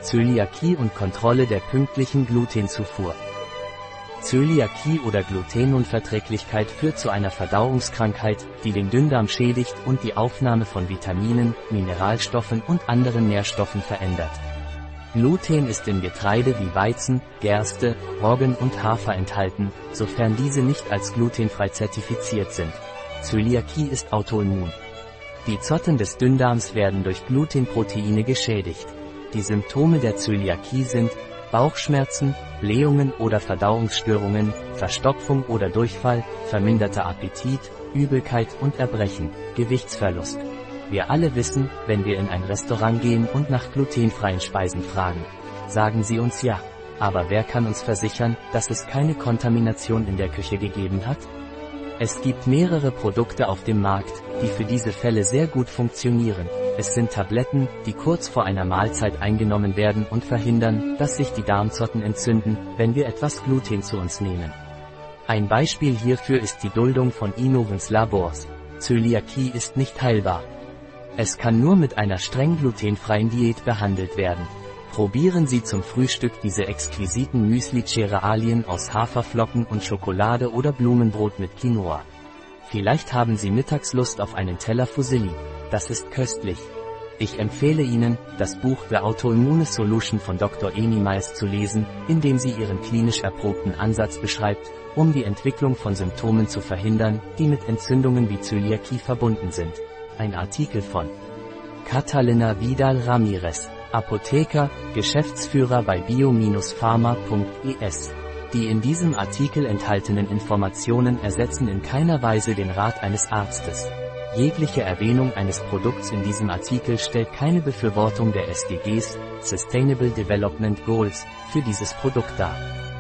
Zöliakie und Kontrolle der pünktlichen Glutenzufuhr. Zöliakie oder Glutenunverträglichkeit führt zu einer Verdauungskrankheit, die den Dünndarm schädigt und die Aufnahme von Vitaminen, Mineralstoffen und anderen Nährstoffen verändert. Gluten ist in Getreide wie Weizen, Gerste, Roggen und Hafer enthalten, sofern diese nicht als glutenfrei zertifiziert sind. Zöliakie ist autoimmun. Die Zotten des Dünndarms werden durch Glutenproteine geschädigt. Die Symptome der Zöliakie sind Bauchschmerzen, Blähungen oder Verdauungsstörungen, Verstopfung oder Durchfall, verminderter Appetit, Übelkeit und Erbrechen, Gewichtsverlust. Wir alle wissen, wenn wir in ein Restaurant gehen und nach glutenfreien Speisen fragen, sagen sie uns ja. Aber wer kann uns versichern, dass es keine Kontamination in der Küche gegeben hat? Es gibt mehrere Produkte auf dem Markt, die für diese Fälle sehr gut funktionieren. Es sind Tabletten, die kurz vor einer Mahlzeit eingenommen werden und verhindern, dass sich die Darmzotten entzünden, wenn wir etwas Gluten zu uns nehmen. Ein Beispiel hierfür ist die Duldung von Innovens Labors. Zöliakie ist nicht heilbar. Es kann nur mit einer streng glutenfreien Diät behandelt werden. Probieren Sie zum Frühstück diese exquisiten Müsli-Cerealien aus Haferflocken und Schokolade oder Blumenbrot mit Quinoa. Vielleicht haben Sie mittags Lust auf einen Teller Fusilli. Das ist köstlich. Ich empfehle Ihnen, das Buch The Autoimmune Solution von Dr. Amy Miles zu lesen, in dem sie ihren klinisch erprobten Ansatz beschreibt, um die Entwicklung von Symptomen zu verhindern, die mit Entzündungen wie Zöliakie verbunden sind. Ein Artikel von Catalina Vidal Ramirez, Apotheker, Geschäftsführer bei bio-pharma.es. Die in diesem Artikel enthaltenen Informationen ersetzen in keiner Weise den Rat eines Arztes. Jegliche Erwähnung eines Produkts in diesem Artikel stellt keine Befürwortung der SDGs, Sustainable Development Goals, für dieses Produkt dar.